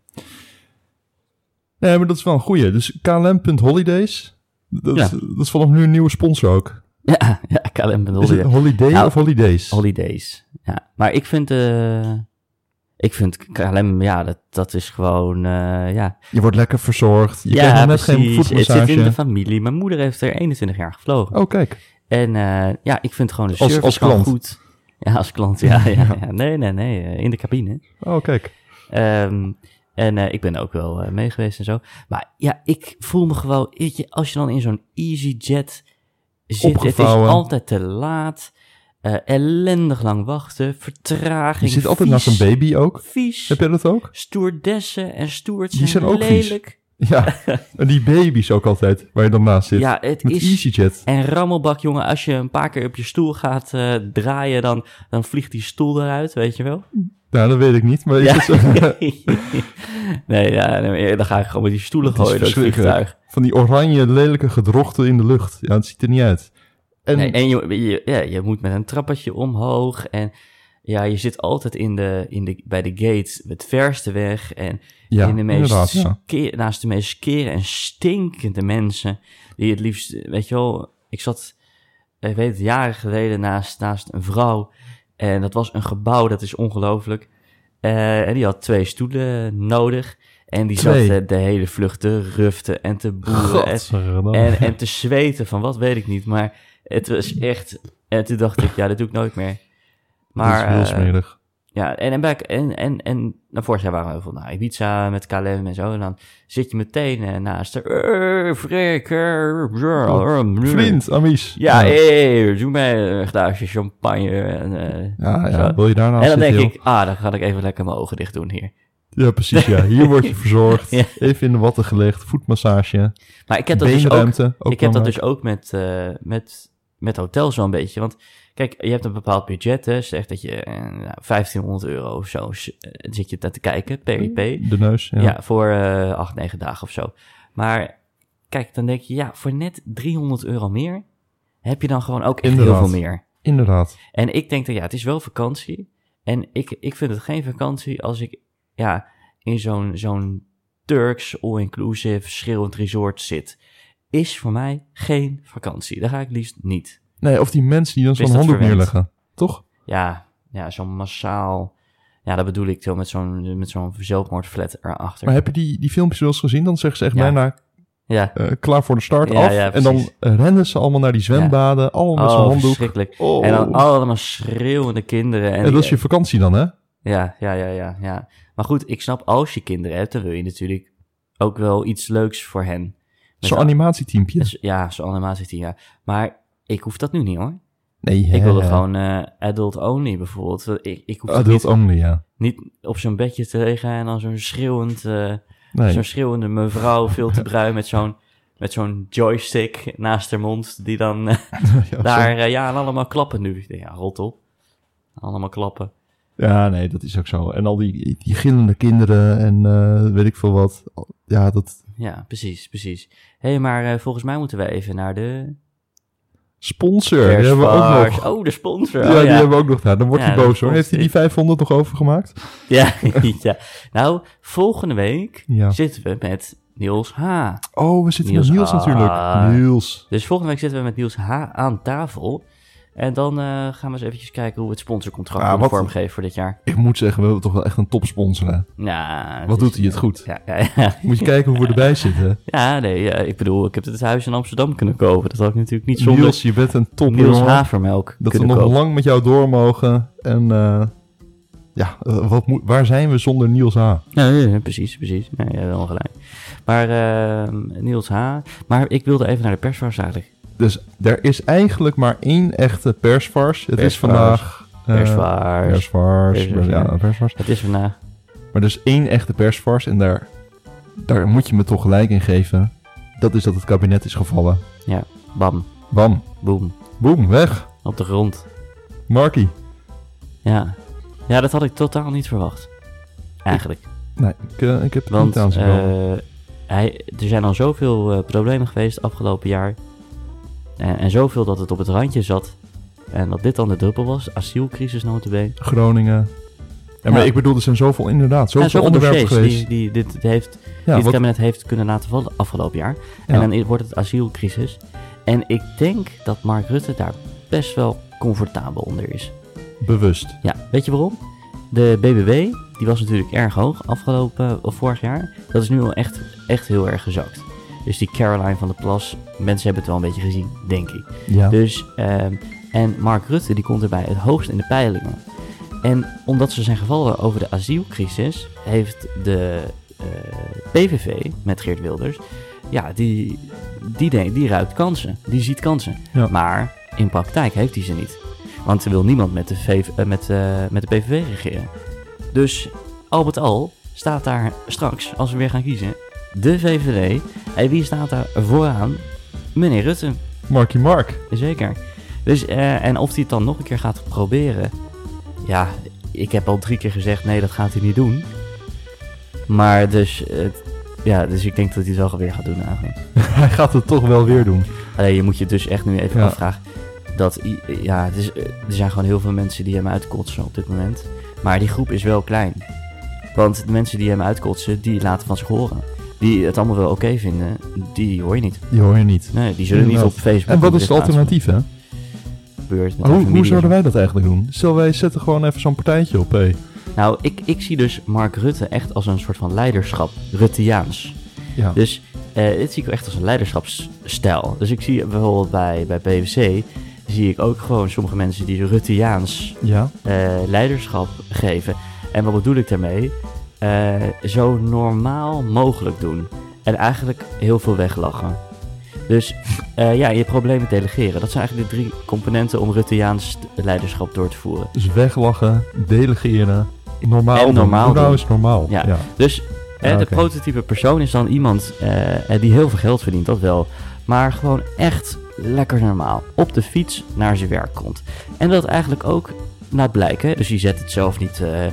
Nee, maar dat is wel een goeie. Dus K L M punt holidays, dat, ja. is, dat is vanaf nu een nieuwe sponsor ook. Ja, ja, K L M punt holidays. Is het holiday nou, of holidays? Holidays, ja. Maar ik vind, uh, ik vind K L M, ja, dat, dat is gewoon, uh, ja. Je wordt lekker verzorgd. Je ja, krijgt net precies. geen voetmassage. Het zit in de familie. Mijn moeder heeft er eenentwintig jaar gevlogen. Oh, kijk. En uh, ja, ik vind gewoon de als, service als gewoon klant. goed. Ja, als klant, ja. ja, ja. Nee, nee, nee, in de cabine. Oh, kijk. Um, En uh, ik ben ook wel uh, mee geweest en zo. Maar ja, ik voel me gewoon... Weet je, als je dan in zo'n EasyJet zit... Opgevouwen. Het is altijd te laat. Uh, ellendig lang wachten. Vertraging. Je zit altijd vies, naast een baby ook. Vies. Heb jij dat ook? Stoerdessen en stoerds Die zijn ook lelijk. vies. Ja, en die baby's ook altijd, waar je dan naast zit. Ja, het Met is... EasyJet. En rammelbak, jongen, als je een paar keer op je stoel gaat uh, draaien, dan, dan vliegt die stoel eruit, weet je wel? Nou, dat weet ik niet, maar... Ja. Is het... nee, ja, nee, dan ga ik gewoon met die stoelen gooien door het vliegtuig. Van die oranje, lelijke gedrochten in de lucht. Ja, het ziet er niet uit. En, nee, en je, je, ja, je moet met een trappetje omhoog en... Ja, je zit altijd in de, in de, bij de gate het verste weg en ja, in de meest ja. skeer, naast de meest skere en stinkende mensen die het liefst, weet je wel, ik zat, ik weet het, jaren geleden naast, naast een vrouw en dat was een gebouw, dat is ongelooflijk, uh, en die had twee stoelen nodig en die twee. zat de, de hele vlucht te ruften en te boeren en, en, en te zweten van wat weet ik niet, maar het was echt, en toen dacht ik, ja, dat doe ik nooit meer. Maar, dat is heel smerig. Uh, ja, en, en, bij, en, en, en nou, vorig jaar waren we veel naar Ibiza met K L M en zo. En dan zit je meteen uh, naast de... Uh, Frik, uh, Vriend, Amies. Ja, ja. Hey, doe mij een glaasje champagne. En, uh, ja, ja, wil je daarna En dan denk heel... ik, ah, dan ga ik even lekker mijn ogen dicht doen hier. Ja, precies, ja. Hier word je verzorgd. Ja. Even in de watten gelegd, voetmassage. Maar ik heb dat dus ook, ook ik heb dat dus ook met, uh, met, met hotels wel een beetje, want... Kijk, je hebt een bepaald budget, hè. Zeg dat je nou, vijftienhonderd euro of zo zit je daar te kijken, per I P. De neus, ja. Ja, voor uh, acht, negen dagen of zo. Maar kijk, dan denk je, ja, voor net driehonderd euro meer heb je dan gewoon ook echt Inderdaad. heel veel meer. Inderdaad. En ik denk dat, ja, het is wel vakantie. En ik, ik vind het geen vakantie als ik, ja, in zo'n, zo'n Turks all-inclusive schreeuwend resort zit. Is voor mij geen vakantie. Daar ga ik liefst niet. Nee, of die mensen die dan zo'n handdoek neerleggen, toch? Ja, ja, zo'n massaal... Ja, dat bedoel ik zo met zo'n, met zo'n zelfmoordflat erachter. Maar heb je die, die filmpjes wel eens gezien? Dan zeggen ze echt ja. bijna ja. uh, klaar voor de start ja, af. Ja, en dan uh, rennen ze allemaal naar die zwembaden, ja. allemaal met oh, zo'n handdoek. Verschrikkelijk. Oh. En dan allemaal schreeuwende kinderen. En, en dat is je vakantie dan, hè? Ja, ja, ja, ja, ja. Maar goed, ik snap, als je kinderen hebt, dan wil je natuurlijk ook wel iets leuks voor hen. Zo'n animatieteampje. Ja, zo'n animatieteam, ja. Maar... Ik hoef dat nu niet, hoor. Nee, Ik wilde gewoon uh, adult only, bijvoorbeeld. Ik, ik hoef adult niet, only, ja. Niet op zo'n bedje te liggen en dan zo'n schreeuwend... Uh, nee. Zo'n schreeuwende mevrouw, veel te bruin, met zo'n, met zo'n joystick naast haar mond, die dan uh, ja, daar... Uh, ja, en allemaal klappen nu. Ja, rot op. Allemaal klappen. Ja, nee, dat is ook zo. En al die, die gillende kinderen en uh, weet ik veel wat. Ja, dat... Ja, precies, precies. Hé, hey, maar uh, volgens mij moeten we even naar de... Sponsor, die hebben we ook nog. Oh, de sponsor. Ja, oh, die ja. hebben we ook nog. Nou, dan wordt hij ja, boos hoor. Heeft hij die vijfhonderd nog overgemaakt? Ja, ja. Nou, volgende week ja. zitten we met Niels H. Oh, we zitten Niels met Niels H. natuurlijk. Niels. Dus volgende week zitten we met Niels H. aan tafel. En dan uh, gaan we eens eventjes kijken hoe we het sponsorcontract ja, vormgeven voor dit jaar. Ik moet zeggen, we hebben toch wel echt een topsponsor, hè? Ja. Wat doet hij het goed? Ja, ja, ja. Moet je kijken hoe we erbij zitten. Ja, nee, ja, ik bedoel, ik heb het huis in Amsterdam kunnen kopen. Dat had ik natuurlijk niet zonder... Niels, je bent een top, Niels Havermelk Dat we nog kopen. lang met jou door mogen. En uh, ja, uh, wat moet, waar zijn we zonder Niels H? Ja, ja precies, precies. Nee, ja, wel gelijk. Maar uh, Niels H. Maar ik wilde even naar de persvars eigenlijk. Dus er is eigenlijk maar één echte persvars. Het persvars. is vandaag... Uh, persvars. Persvars. Persvars. Ja, persvars. Het is vandaag. Maar er is één echte persvars en daar, daar moet je me toch gelijk in geven. Dat is dat het kabinet is gevallen. Ja, bam. Bam. Boom. Boom, weg. Op de grond. Markie. Ja. Ja, dat had ik totaal niet verwacht. Eigenlijk. Ik, nee, ik, uh, ik heb het Want, niet aan zien komen. Uh, hij, er zijn al zoveel uh, problemen geweest afgelopen jaar. En, en zoveel dat het op het randje zat. En dat dit dan de druppel was. Asielcrisis notabene. Groningen. Ja, maar ja. ik bedoel, er zijn zoveel inderdaad. Zoveel, ja, zoveel onderwerpen geweest. Die, die dit, heeft, ja, die het wat... kabinet heeft kunnen laten vallen afgelopen jaar. Ja. En dan wordt het asielcrisis. En ik denk dat Mark Rutte daar best wel comfortabel onder is. Bewust. Ja, weet je waarom? De B B W, die was natuurlijk erg hoog afgelopen, of vorig jaar. Dat is nu al echt, echt heel erg gezakt. Dus die Caroline van der Plas, mensen hebben het wel een beetje gezien, denk ik. Ja. Dus, um, en Mark Rutte, die komt erbij het hoogst in de peilingen. En omdat ze zijn gevallen over de asielcrisis, heeft de uh, P V V met Geert Wilders, ja, die, die, die, die ruikt kansen. Die ziet kansen. Ja. Maar in praktijk heeft hij ze niet. Want er wil niemand met de, v, uh, met, uh, met de P V V regeren. Dus al met al staat daar straks, als we weer gaan kiezen, de V V D. En wie staat daar vooraan? Meneer Rutte. Marky Mark. Zeker. Dus, uh, en of hij het dan nog een keer gaat proberen. Ja, ik heb al drie keer gezegd, nee, dat gaat hij niet doen. Maar dus, uh, ja, dus ik denk dat hij het wel weer gaat doen eigenlijk. Hij gaat het toch wel weer doen. Alleen je moet je dus echt nu even ja. afvragen. Dat, ja, het is, er zijn gewoon heel veel mensen die hem uitkotsen op dit moment. Maar die groep is wel klein. Want de mensen die hem uitkotsen, die laten van zich horen. Die het allemaal wel oké okay vinden, die hoor je niet. Die hoor je niet. Nee, die zullen niet op Facebook... En wat is het alternatief, hè? Beurt met hoe, hoe zouden wij dat eigenlijk doen? Stel, wij zetten gewoon even zo'n partijtje op, hé. Nou, ik, ik zie dus Mark Rutte echt als een soort van leiderschap. Rutteaans. Ja. Dus uh, dit zie ik echt als een leiderschapsstijl. Dus ik zie bijvoorbeeld bij, bij P V C... zie ik ook gewoon sommige mensen die Rutteaans ja. uh, leiderschap geven. En wat bedoel ik daarmee? Uh, zo normaal mogelijk doen. En eigenlijk heel veel weglachen. Dus uh, ja, je problemen delegeren. Dat zijn eigenlijk de drie componenten om Rutteaans leiderschap door te voeren. Dus weglachen, delegeren, normaal en normaal doen. Nou is normaal. Ja. Ja. Dus uh, ah, de okay. prototype persoon is dan iemand uh, die heel veel geld verdient, dat wel. Maar gewoon echt lekker normaal op de fiets naar zijn werk komt. En dat eigenlijk ook laat blijken. Dus je zet het zelf niet uh, uh,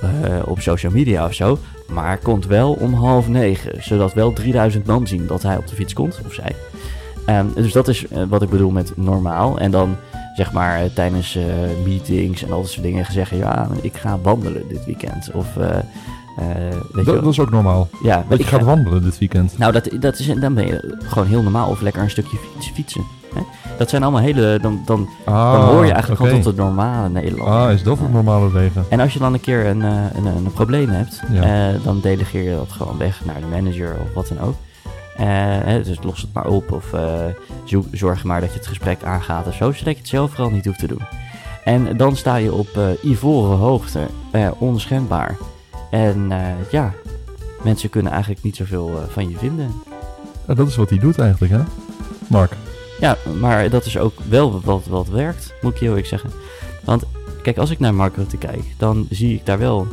op social media of zo. Maar komt wel om half negen. Zodat wel drieduizend man zien dat hij op de fiets komt. Of zij. Um, dus dat is uh, wat ik bedoel met normaal. En dan zeg maar uh, tijdens uh, meetings en al dat soort dingen zeggen. Ja, ik ga wandelen dit weekend. Of... Uh, Uh, weet dat, je dat is ook normaal. Ja, dat je gaat ga... wandelen dit weekend. Nou, dat, dat is, dan ben je gewoon heel normaal. Of lekker een stukje fiets, fietsen. Hè? Dat zijn allemaal hele... Dan, dan, ah, dan hoor je eigenlijk okay. gewoon tot het normale Nederland. Ah, is dat het normale leven? En als je dan een keer een, een, een, een probleem hebt... Ja. Uh, dan delegeer je dat gewoon weg naar de manager of wat dan ook. Uh, hè, dus los het maar op. Of uh, zoek, zorg maar dat je het gesprek aangaat of zo. Zodat je het zelf vooral niet hoeft te doen. En dan sta je op uh, ivoren hoogte. Uh, onschendbaar. En uh, ja, mensen kunnen eigenlijk niet zoveel uh, van je vinden. Ja, dat is wat hij doet eigenlijk, hè, Mark? Ja, maar dat is ook wel wat, wat werkt, moet ik je heel eerlijk zeggen. Want kijk, als ik naar Mark Rutte kijk, dan zie ik daar wel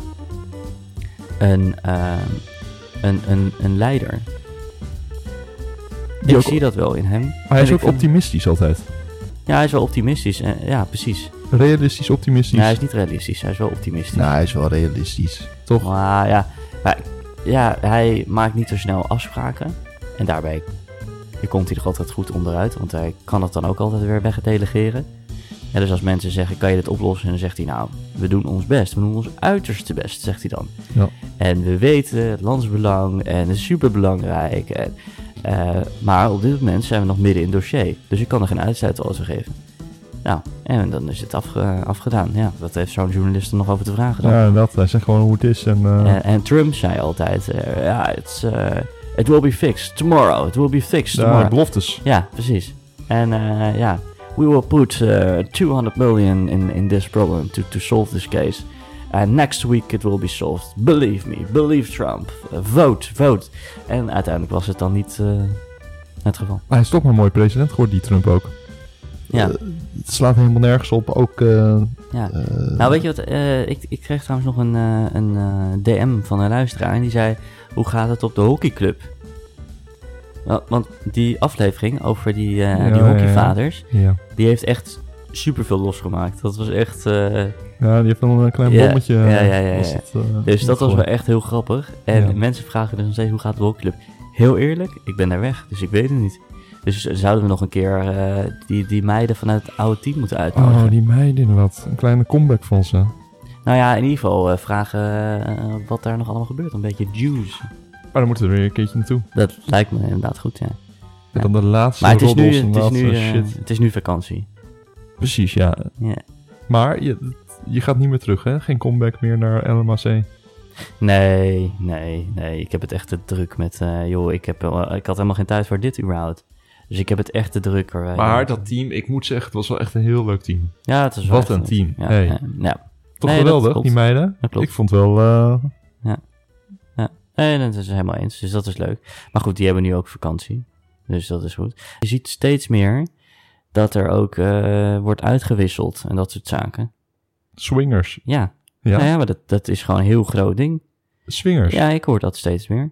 een, uh, een, een, een leider. Die ik ook, zie dat wel in hem. Hij is ook vind... optimistisch altijd. Ja, hij is wel optimistisch. Uh, ja, precies. Realistisch, optimistisch? Nee, hij is niet realistisch. Hij is wel optimistisch. Nou, hij is wel realistisch. Toch? Maar ja, maar, ja, hij maakt niet zo snel afspraken. En daarbij komt hij er altijd goed onderuit. Want hij kan het dan ook altijd weer wegdelegeren. En dus als mensen zeggen, kan je dit oplossen? Dan zegt hij, nou, we doen ons best. We doen ons uiterste best, zegt hij dan. Ja. En we weten het landsbelang en het is superbelangrijk. En, uh, maar op dit moment zijn we nog midden in het dossier. Dus ik kan er geen uitsluit over geven. Nou, en dan is het afge, afgedaan. Ja, wat heeft zo'n journalist er nog over te vragen dan? Ja, dat. Hij zegt gewoon hoe het is. En, uh... en, en Trump zei altijd, uh, ja, it's, uh, it will be fixed tomorrow. It will be fixed tomorrow. Ja, beloftes. Ja, precies. En uh, ja, we will put uh, two hundred million in, in this problem to, to solve this case. And next week it will be solved. Believe me, believe Trump. Uh, vote, vote. En uiteindelijk was het dan niet uh, het geval. Hij is toch maar een mooi president geworden, die Trump ook. Ja. Uh, het slaat helemaal nergens op. Ook, uh, ja. Uh, nou, weet je wat? Uh, ik, ik kreeg trouwens nog een, uh, een uh, D M van een luisteraar. En die zei, hoe gaat het op de hockeyclub? Well, want die aflevering over die, uh, ja, die hockeyvaders, ja, ja. die heeft echt superveel losgemaakt. Dat was echt... Uh, ja, die heeft wel een klein bommetje. Ja, ja, ja. ja, ja. Het, uh, dus dat was wel echt heel grappig. En ja. mensen vragen dus nog steeds, hoe gaat de hockeyclub? Heel eerlijk, ik ben daar weg, dus ik weet het niet. Dus zouden we nog een keer uh, die, die meiden vanuit het oude team moeten uitnodigen. Oh, die meiden inderdaad. Een kleine comeback van ze. Nou ja, in ieder geval uh, vragen uh, wat daar nog allemaal gebeurt. Een beetje juice. Maar dan moeten we er weer een keertje naartoe. Dat lijkt me inderdaad goed, ja. En dan de laatste maar het is, nu, het, is nu, uh, shit. het is nu vakantie. Precies, ja. Yeah. Maar je, je gaat niet meer terug, hè? Geen comeback meer naar L M A C. Nee, nee, nee. Ik heb het echt te druk met... Uh, joh, ik, heb, uh, ik had helemaal geen tijd voor dit überhaupt. Dus ik heb het echt te druk. Er, maar dat team, ik moet zeggen, het was wel echt een heel leuk team. Ja, het was wel Wat een team. Ja, hey. ja, ja. Toch nee, geweldig, die meiden. Ik vond wel... Uh... Ja. ja. Nee, dat is helemaal eens. Dus dat is leuk. Maar goed, die hebben nu ook vakantie. Dus dat is goed. Je ziet steeds meer dat er ook uh, wordt uitgewisseld en dat soort zaken. Swingers. Ja. Ja, nou ja maar dat, dat is gewoon een heel groot ding. Swingers? Ja, ik hoor dat steeds meer.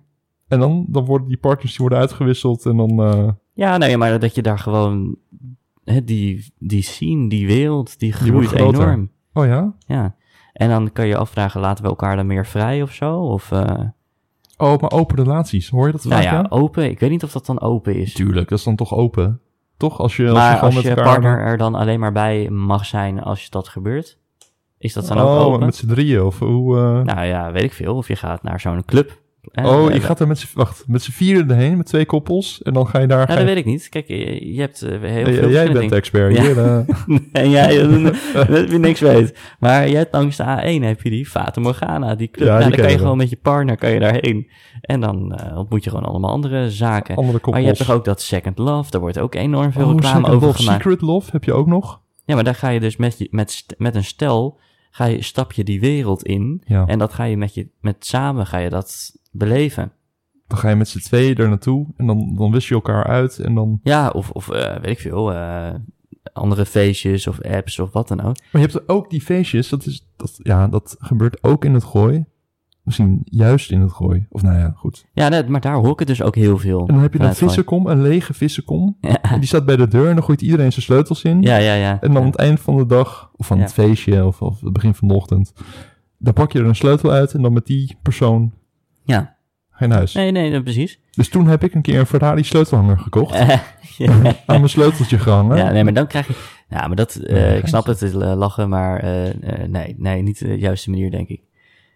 En dan, dan worden die partners die worden uitgewisseld en dan... Uh... Ja, nee, maar dat je daar gewoon... Hè, die, die scene, die wereld, die groeit die enorm. Oh ja? Ja. En dan kan je afvragen, laten we elkaar dan meer vrij of zo? Of... Uh... Oh, maar open relaties, hoor je dat vaak? Nou ja, ja, open. Ik weet niet of dat dan open is. Tuurlijk, dat is dan toch open? Toch? Als je, als maar je, als je met partner er dan alleen maar bij mag zijn als dat gebeurt, is dat dan oh, ook open? met z'n drieën of hoe... Uh... Nou ja, weet ik veel. Of je gaat naar zo'n club. Oh, je gaat er met z'n... Wacht, met z'n vieren erheen, met twee koppels. En dan ga je daar... Nou, ga je... dat weet ik niet. Kijk, je, je hebt uh, heel ja, veel Jij bent de expert ja. hier. Uh... nee, jij, dat je niks weet. Maar jij hebt langs de A één heb je die Fata Morgana, die club. Ja, nou, die dan kan je gewoon met je partner kan je daarheen. En dan uh, ontmoet je gewoon allemaal andere zaken. Andere koppels. Maar je hebt toch ook dat Second Love. Daar wordt ook enorm veel oh, reclame over love, gemaakt. Secret Love heb je ook nog. Ja, maar daar ga je dus met, je, met, met een stel... Ga je, stap je die wereld in. Ja. En dat ga je met je... Met samen ga je dat beleven. Dan ga je met z'n tweeën er naartoe en dan, dan wist je elkaar uit en dan... Ja, of, of uh, weet ik veel, uh, andere feestjes of apps of wat dan ook. Maar je hebt ook die feestjes, dat, is, dat, ja, dat gebeurt ook in het Gooi. Misschien juist in het Gooi. Of nou ja, goed. Ja, nee, maar daar hoor ik het dus ook heel veel. En dan heb je een vissenkom, een lege vissenkom. Ja. En die staat bij de deur en dan gooit iedereen zijn sleutels in. Ja, ja, ja. En dan ja. aan het eind van de dag, of van ja. het feestje, of, of het begin van de ochtend... dan pak je er een sleutel uit en dan met die persoon... Ja. Geen huis. Nee, nee, precies. Dus toen heb ik een keer een Ferrari sleutelhanger gekocht. Uh, yeah. Aan mijn sleuteltje gehangen. Ja, nee, maar dan krijg je... Ja, maar dat... Uh, ja, ik snap het, het is lachen, maar uh, uh, nee, nee, niet de juiste manier, denk ik.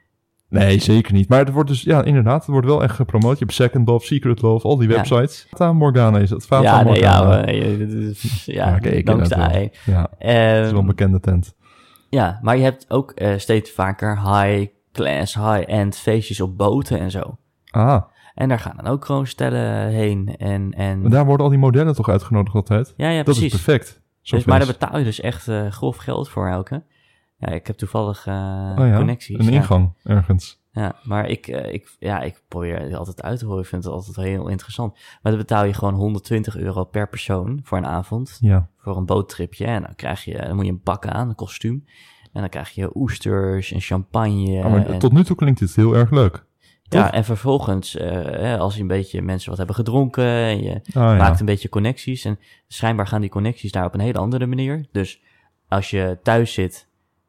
Nee, zeker niet. Maar het wordt dus... Ja, inderdaad, het wordt wel echt gepromoot. Je hebt Second Love, Secret Love, al die websites. Ja. Fata Morgana is het. Fata ja, nee, Morgana. ja, uh, ja, ja okay, langs de A één. Ja, um, het is wel een bekende tent. Ja, maar je hebt ook uh, steeds vaker high-class, high-end feestjes op boten en zo. Ah. En daar gaan dan ook gewoon stellen heen. En, en... Maar daar worden al die modellen toch uitgenodigd altijd? Ja, ja, dat precies. Dat is perfect. Dus, maar daar betaal je dus echt uh, grof geld voor elke. Ja, ik heb toevallig uh, oh ja, connecties. Een ingang ja. ergens. Ja, maar ik, uh, ik, ja, ik probeer het altijd uit te horen. Ik vind het altijd heel interessant. Maar dan betaal je gewoon honderdtwintig euro per persoon voor een avond. Ja. Voor een boottripje. En dan krijg je, dan moet je een pak aan, een kostuum. En dan krijg je oesters en champagne. Oh, maar en... tot nu toe klinkt dit heel erg leuk. Ja, Toch? en vervolgens, uh, als je een beetje mensen wat hebben gedronken en je oh, ja. maakt een beetje connecties. En schijnbaar gaan die connecties daar op een hele andere manier. Dus als je thuis zit,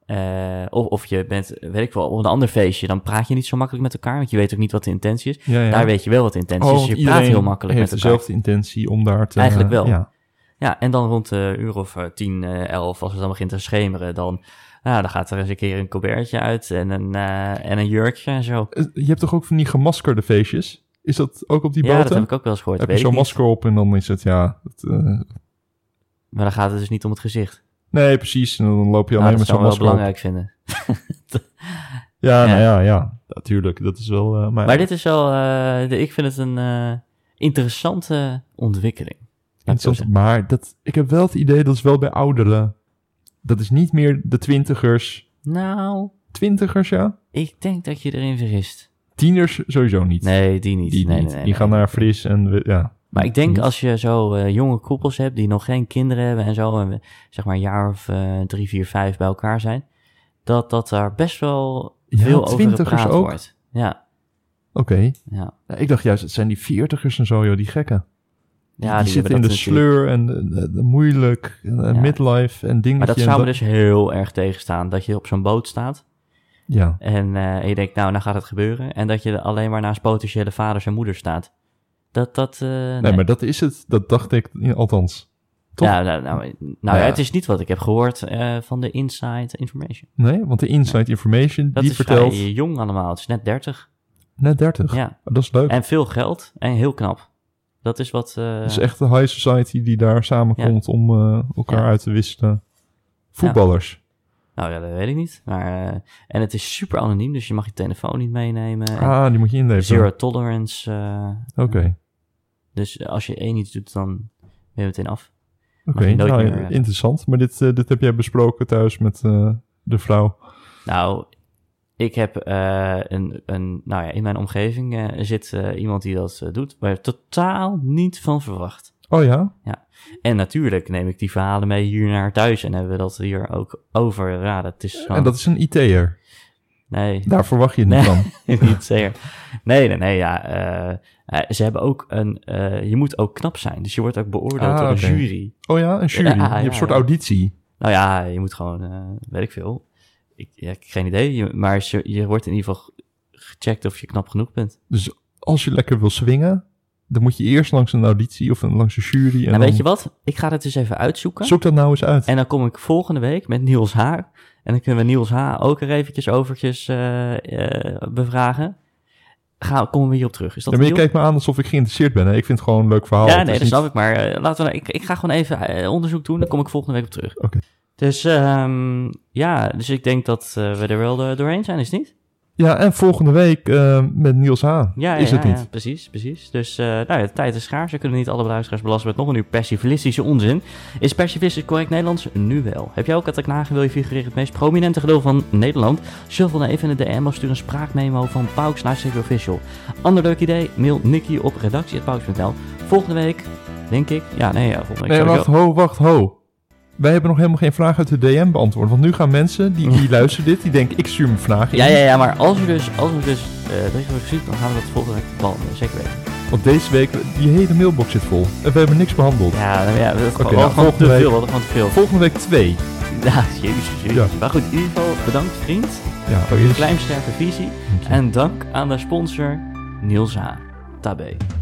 uh, of, of je bent, weet ik wel, op een ander feestje, dan praat je niet zo makkelijk met elkaar, want je weet ook niet wat de intentie is. Ja, ja. Daar weet je wel wat de intentie oh, is, je praat heel makkelijk met elkaar. elkaar. Dezelfde intentie om daar te... Eigenlijk wel. Ja, ja en dan rond de uur of uh, tien, uh, elf, als het dan begint te schemeren, dan... Nou, dan gaat er eens een keer een colbertje uit en een, uh, en een jurkje en zo. Je hebt toch ook van die gemaskerde feestjes? Is dat ook op die boten? Ja, dat heb ik ook wel eens gehoord. Heb je zo'n masker op en dan is het, ja... Het, uh... Maar dan gaat het dus niet om het gezicht. Nee, precies. En dan loop je alleen nou, met zo'n masker op. Dat zou ik wel belangrijk vinden. ja, ja, nou ja, ja. Natuurlijk, dat is wel... Uh, maar maar dit is wel... Uh, de, ik vind het een uh, interessante ontwikkeling. Interessant, maar dat, ik heb wel het idee dat is wel bij ouderen... Dat is niet meer de twintigers. Nou... Twintigers, ja? Ik denk dat je erin vergist. Tieners sowieso niet. Nee, die niet. Die, nee, niet. Nee, nee, die nee, gaan nee. naar fris en... Ja. Maar ik denk als je zo uh, jonge koppels hebt... die nog geen kinderen hebben en zo... en zeg maar een jaar of uh, drie, vier, vijf bij elkaar zijn... dat dat daar best wel ja, veel over gepraat ook. wordt. Ja. Oké. Okay. Ja. Ja, ik dacht juist, het zijn die veertigers en zo, joh, die gekken. Ja, die, die zitten in de sleur en de, de, de moeilijk, en ja. midlife en dingen. Maar dat zou me dus heel erg tegenstaan. Dat je op zo'n boot staat. Ja. En, uh, en je denkt, nou, nou gaat het gebeuren. En dat je alleen maar naast potentiële vaders en moeders staat. Dat, dat, uh, nee. nee, maar dat is het. Dat dacht ik, althans. Toch? Ja, nou, nou, nou ja. ja, het is niet wat ik heb gehoord uh, van de inside information. Nee, want de inside information, dat die is vertelt... Dat is jong allemaal. Het is net dertig. Net dertig? Ja. Oh, dat is leuk. En veel geld en heel knap. Dat is wat... Uh... Het is echt de high society die daar samenkomt ja. om uh, elkaar ja. uit te wisselen. Voetballers. Ja. Nou ja, dat weet ik niet. Maar, uh, en het is super anoniem, dus je mag je telefoon niet meenemen. Ah, die moet je inleveren. Zero tolerance. Uh, Oké. Okay. Uh, dus als je één iets doet, dan ben je meteen af. Oké, okay. nou, meer, uh, interessant. Maar dit, uh, dit heb jij besproken thuis met uh, de vrouw? Nou... Ik heb uh, een, een, nou ja, in mijn omgeving uh, zit uh, iemand die dat uh, doet, waar je totaal niet van verwacht. Oh ja? Ja. En natuurlijk neem ik die verhalen mee hier naar thuis en hebben we dat hier ook over. Ja, dat is gewoon... En dat is een I T'er? Nee. Daar verwacht je het niet nee, van. Niet zeker. Nee, nee, nee, ja. Uh, uh, ze hebben ook een... Uh, je moet ook knap zijn. Dus je wordt ook beoordeeld ah, door okay. een jury. Oh ja, een jury. Uh, uh, je ja, hebt een soort ja. auditie. Nou ja, je moet gewoon... Uh, weet ik veel. Ik, ja, ik heb geen idee. Je, maar je, je wordt in ieder geval gecheckt of je knap genoeg bent. Dus als je lekker wil swingen... dan moet je eerst langs een auditie of een, langs een jury. En nou, dan... weet je wat? Ik ga het dus even uitzoeken. Zoek dat nou eens uit. En dan kom ik volgende week met Niels H. En dan kunnen we Niels H. ook er eventjes overtjes uh, uh, bevragen. Gaan, komen we hierop terug. Is dat ja, maar je kijkt me aan alsof ik geïnteresseerd ben. Hè? Ik vind het gewoon een leuk verhaal. Ja, nee, dat niet... snap ik. Maar uh, laten we, ik, ik ga gewoon even uh, onderzoek doen. Dan kom ik volgende week op terug. Oké. Okay. Dus um, ja, dus ik denk dat uh, we er wel uh, doorheen zijn, is het niet? Ja, en volgende week uh, met Niels H. Ja, is ja, het ja, niet. Ja, precies, precies. Dus uh, nou ja, de tijd is schaars. We kunnen niet alle luisteraars belasten met nog een uur persiflistische onzin. Is persiflistisch correct Nederlands? Nu wel. Heb jij ook het knagen? Wil je figureren het meest prominente gedeel van Nederland? Shuffle dan even in de D M of stuur een spraakmemo van Pauks naar C W Official. Ander leuk idee? Mail Nicky op redactie apenstaartje pauks punt n l. Volgende week, denk ik... Ja, nee, ja, volgende week... Nee, wacht, wel... ho, wacht, ho. Wij hebben nog helemaal geen vraag uit de D M beantwoord. Want nu gaan mensen, die, die luisteren dit, die denken, ik stuur mijn vraag in. Ja, ja, ja, maar als we dus, als we dus uh, berichten hebben gestuurd, dan gaan we dat volgende week behandelen. Zeker weten. Want deze week, die hele mailbox zit vol. En we hebben niks behandeld. Ja, ja dat is okay, gewoon, nou, gewoon te week, veel. Wat gewoon te veel. Volgende week twee. Ja, jezus, jezus. Ja. Maar goed, in ieder geval bedankt vriend. Ja, voor je klein sterke visie. En dank aan de sponsor Niels H. Tabé.